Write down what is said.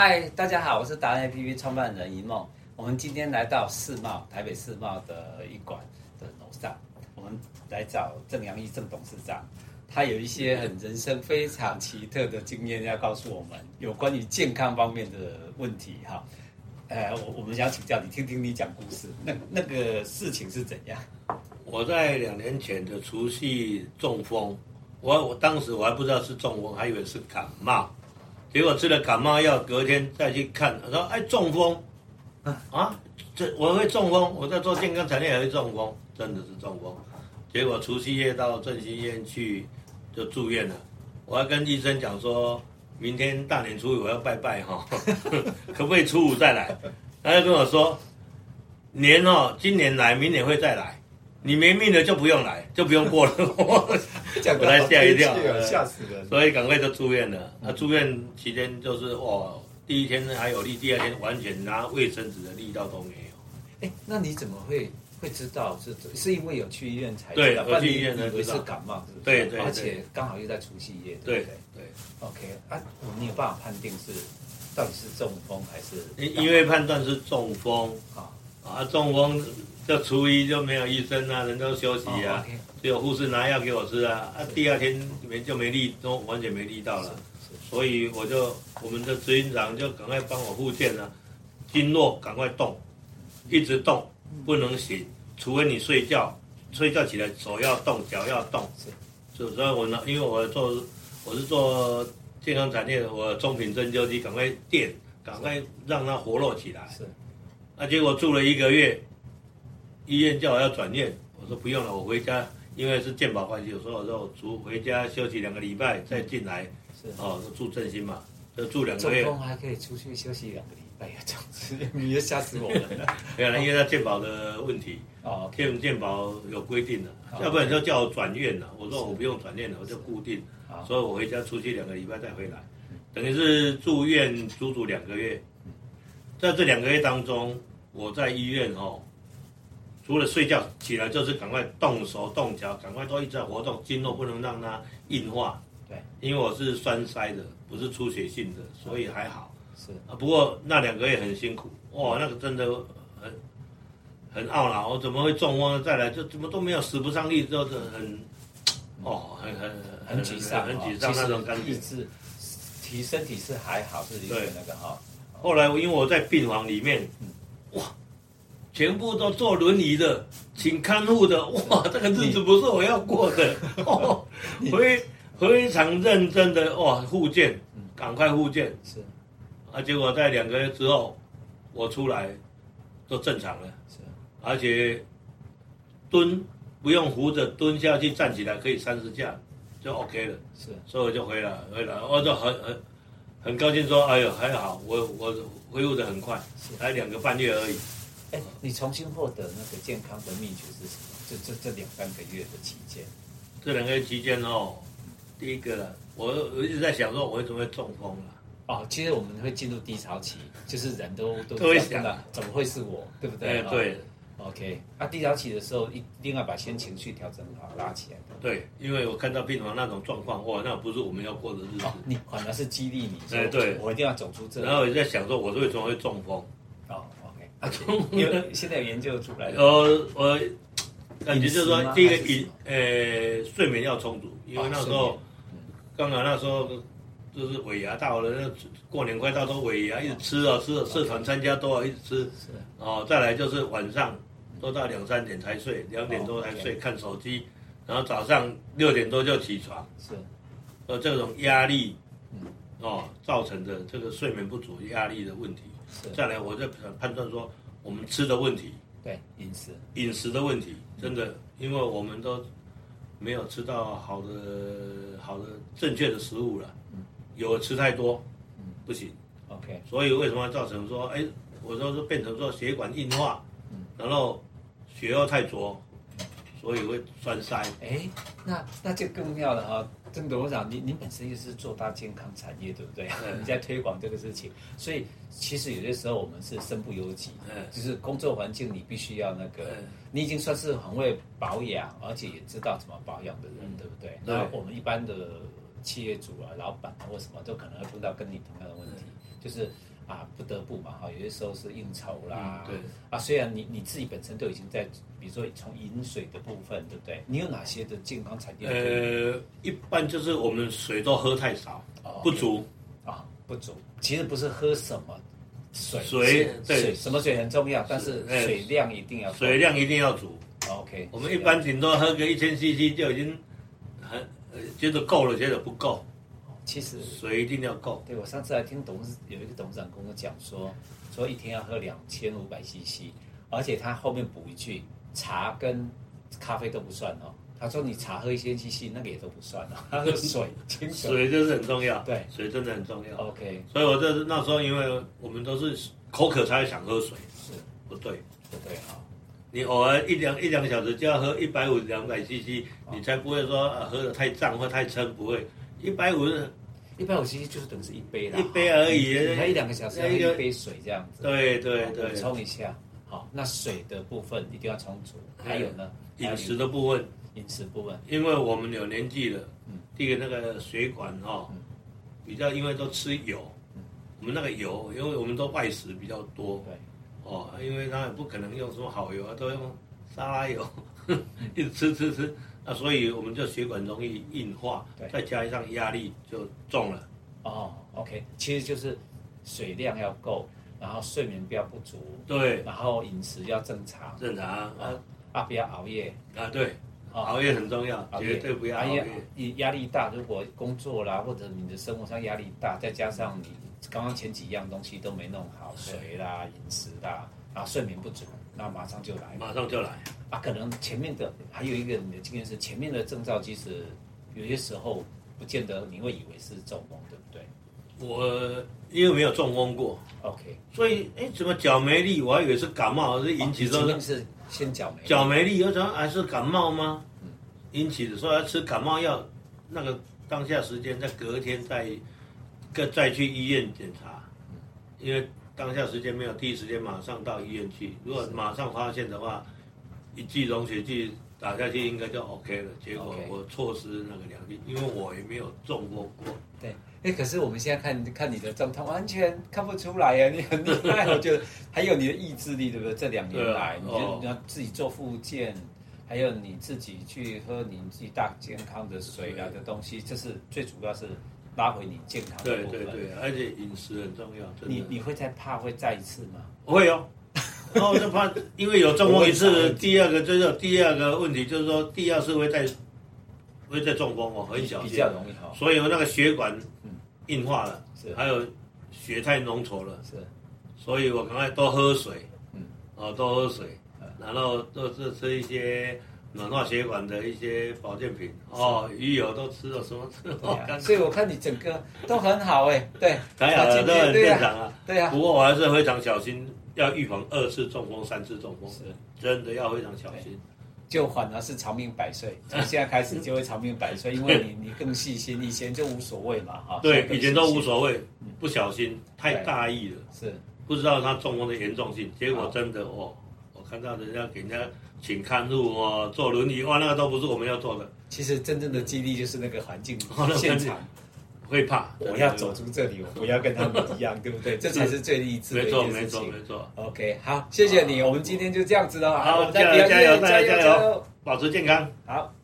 嗨，大家好，我是达人 APP 创办人一梦。我们今天来到台北世贸的一馆的楼上，我们来找郑阳义郑董事长，他有一些人生非常奇特的经验要告诉我们，有关于健康方面的问题哈。我们想请教你，听听你讲故事，那个事情是怎样？ 我在2年前的除夕中风，我当时我还不知道是中风，还以为是感冒，结果吃了感冒药，隔天再去看，我说中风，我会中风，我在做健康产业也会中风，真的是中风。结果除夕夜到振兴医院去就住院了，我还跟医生讲说，明天大年初一我要拜拜哈，可不可以初5再来？他就跟我说，今年来，明年会再来。你没命了就不用来，就不用过了。我才吓一跳， 吓死人！ 所以赶快就住院了。住院期间就是第一天还有力，第二天完全拿卫生纸的力道都没有。 那你怎么会知道？是因为有去医院才知道？ 对，我去医院才知道。 以为是感冒，是不是？ 对， 而且刚好又在除夕夜， 对不对？OK 你有办法判定到底是中风还是？ 因为判断是中风中风。就初一就没有医生啊，人都休息啊，只有护士拿药给我吃啊。第二天就没力，都完全没力道了。所以我们的执行长就赶快帮我复健啊，经络赶快动，一直动，不能醒，除非你睡觉起来手要动，脚要动。所以因为我是做健康产业的，我中频针灸机赶快电，赶快让它活络起来。结果住了1个月。医院叫我要转院，我说不用了，我回家，因为是健保关系，我说回家休息2个礼拜再进来，住振兴嘛，就住2个月。 中风还可以出去休息2个礼拜呀，这样子你也吓死我们了。 对啊，因为他健保的问题，健保有规定的，要不然就叫我转院了。我说我不用转院了，我就固定，所以我回家出去2个礼拜再回来，等于是住院足足2个月。在这2个月当中，我在医院除了睡觉起来就是赶快动手动脚，赶快都一直在活动，经络不能让它硬化。对，因为我是栓塞的，不是出血性的，所以还好。不过那2个月很辛苦，那个真的很懊恼，我怎么会中风？再来就怎么都没有使不上力，就是很沮丧， 很沮丧那种感觉。 身体是还好，是有点那个后来因为我在病房里面，全部都坐轮椅的，请看护的，这个日子不是我要过的，非常认真的复健，赶快复健。结果在2个月之后，我出来都正常了，而且蹲不用扶着蹲下去，站起来可以30下就 OK 了，所以我就回来，我就很高兴说，哎呦还好，我恢复的很快，才2个半月而已。 你重新获得那个健康的秘诀是什么？这2-3个月的期间， 这2个月期间第一个我一直在想说，我为什么会中风了？ 其实我们会进入低潮期，就是人都会想， 怎么会是我，对不对？ 对。 OK，低潮期的时候一定要把情绪调整好，拉起来。 对，因为我看到病房那种状况，那不是我们要过的日子。 你反而是激励你， 对， 我一定要走出这。 然后我就在想说，我为什么会中风因为现在有研究出来的。 我感觉就是说，第一个睡眠要充足，因为那时候刚好那时候就是尾牙到了，过年快到都尾牙，一直吃社团参加都要一直吃。再来就是晚上都到2-3点才睡，2点多才睡，看手机，然后早上6点多就起床。这种压力造成的这个睡眠不足、压力的问题。再来，我就判断说，我们吃的问题， 对饮食的问题，真的，因为我们都没有吃到好的正确的食物了，有吃太多，不行。 OK， 所以为什么造成说，我说是变成说血管硬化，然后血又太浊，所以会栓塞。 那就更妙了哈。郑董事长，您本身又是做大健康产业，对不对？你在推广这个事情，所以其实有些时候我们是身不由己，就是工作环境你必须要那个，你已经算是很会保养，而且也知道怎么保养的人，对不对？那我们一般的企业主啊、老板啊或什么，都可能会碰到跟你同样的问题，就是不得不嘛哈，有些时候是应酬啦， 对虽然你自己本身都已经在，比如说从饮水的部分，对不对？你有哪些的健康产业？ 一般就是我们水都喝太少，不足不足。其实不是喝什么水对， 什么水很重要，但是水量一定要水量一定要足。 OK， 我们一般顶多喝个1000cc 就已经觉得够了，觉得不够。 其实水一定要够。 对，我上次还听有一个董事长跟我讲说一天要喝2500cc， 而且他后面补一句，茶跟咖啡都不算哦。他说你茶喝1000cc 那个也都不算哦，他说水就是很重要， 对， 水真的很重要。 OK， 所以我那时候因为我们都是口渴才想喝水， 是不对哈。 你偶尔一两个小时就要喝150、200cc， 你才不会说喝得太胀或太撑，不会。 150cc 就是等于是一杯啦， 一杯而已。 你才1-2个小时要喝一杯水这样子。 对， 补充一下。好，那水的部分一定要充足。还有呢？ 饮食的部分。因为我们有年纪了，第一个那个血管比较因为都吃油，我们那个油，因为我们都外食比较多，因为它也不可能用什么好油都用沙拉油，一直吃。所以我们就血管容易硬化，再加上压力就重了。 OK， 其实就是水量要够，然后睡眠不要不足， 对， 然后饮食要正常，不要熬夜对，熬夜很重要，绝对不要熬夜。 压力大，如果工作啦或者你的生活上压力大，再加上你刚刚前几样东西都没弄好，水啦、饮食啦，然后睡眠不足，那马上就来。可能前面的还有一个你的经验是，前面的征兆其实有些时候不见得你会以为是中风，对不对？ 我因为没有中风过 ，OK， 所以怎么脚没力？我还以为是感冒，是引起的。 前面是先脚没力，有什么还是感冒吗？引起的，所以要吃感冒药，那个当下时间在隔天再去医院检查，因为当下时间没有第一时间马上到医院去，如果马上发现的话，一剂溶血剂打下去应该就 OK 了。结果我错失那个2剂，因为我也没有中风过。 对，可是我们现在看你的状态，完全看不出来呀，你很厉害，我觉得还有你的意志力，对不对？这2年来，你要自己做复健，还有你自己去喝你自己大健康的水啊的东西，这是最主要是拉回你健康的部分。 对，而且饮食很重要。 你会会再一次吗？ 我会哦。然后就怕，因为有中风一次，第二个问题就是说，第2次会再中风很小心， 比较容易所以我那个血管硬化了，还有血太浓稠了，所以我赶快多喝水，多喝水，然后多吃一些暖化血管的一些保健品，鱼油都吃了，什么吃？ 所以我看你整个都很好对， 还好都很正常啊。 对啊， 不过我还是非常小心。要预防2次中风、3次中风，真的要非常小心。 就反而是长命百岁，从现在开始就会长命百岁，因为你更细心，以前就无所谓嘛对，以前都无所谓，不小心太大意了，不知道他中风的严重性，结果真的我看到人家给人家请看护坐轮椅，那个都不是我们要做的。 其实真正的激励就是那个环境现场。 会怕， 我要走出这里，我不要跟他们一样，对不对？这才是最励志的一件事情。 没错。 OK， 好，谢谢你，我们今天就这样子了。 好，加油，保持健康， 好。